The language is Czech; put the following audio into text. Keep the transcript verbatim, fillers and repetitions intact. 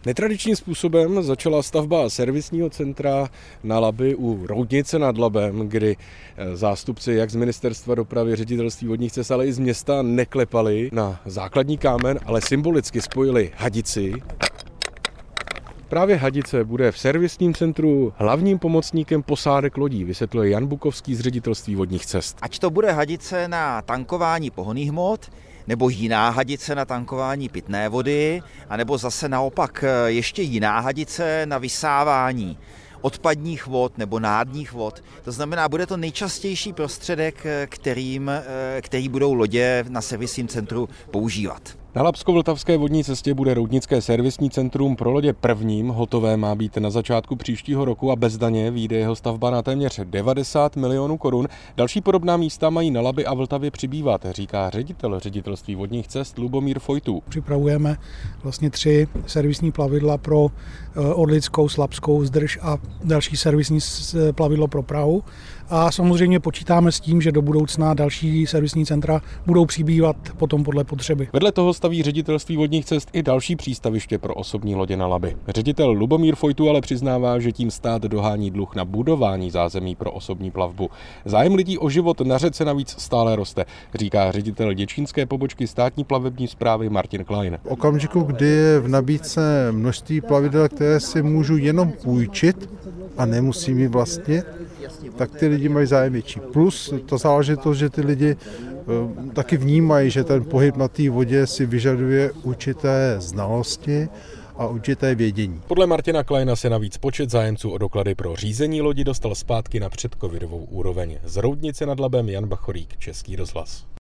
Netradičním způsobem začala stavba servisního centra na Labi u Roudnice nad Labem, kdy zástupci jak z Ministerstva dopravy, Ředitelství vodních cest, ale i z města neklepali na základní kámen, ale symbolicky spojili hadici. Právě hadice bude v servisním centru hlavním pomocníkem posádek lodí, vysvětluje Jan Bukovský z Ředitelství vodních cest. Ať to bude hadice na tankování pohonných hmot, nebo jiná hadice na tankování pitné vody, anebo zase naopak ještě jiná hadice na vysávání odpadních vod nebo nádních vod. To znamená, bude to nejčastější prostředek, kterým, který budou lodě na servisním centru používat. Na Labsko-Vltavské vodní cestě bude roudnické servisní centrum pro lodě prvním. Hotové má být na začátku příštího roku a bez daně vyjde jeho stavba na téměř devadesát milionů korun. Další podobná místa mají na Labi a Vltavě přibývat, říká ředitel Ředitelství vodních cest Lubomír Fojtů. Připravujeme vlastně tři servisní plavidla pro Orlickou, Slabskou, Zdrž a další servisní plavidlo pro Prahu. A samozřejmě počítáme s tím, že do budoucna další servisní centra budou přibývat potom podle potřeby. Vedle toho staví Ředitelství vodních cest i další přístaviště pro osobní lodě na Labi. Ředitel Lubomír Fojtů ale přiznává, že tím stát dohání dluh na budování zázemí pro osobní plavbu. Zájem lidí o život na řece navíc stále roste, říká ředitel děčínské pobočky státní plavební správy Martin Klein. V okamžiku, kdy je v nabídce množství plavidel, které si můžu jenom půjčit a nemusím ji vlastnit, tak ty lidi mají zájem větší. Plus to záležitost, že ty lidi e, taky vnímají, že ten pohyb na té vodě si vyžaduje určité znalosti a určité vědění. Podle Martina Kleina se navíc počet zájemců o doklady pro řízení lodi dostal zpátky na předcovidovou úroveň. Z Roudnice nad Labem Jan Bachorík, Český rozhlas.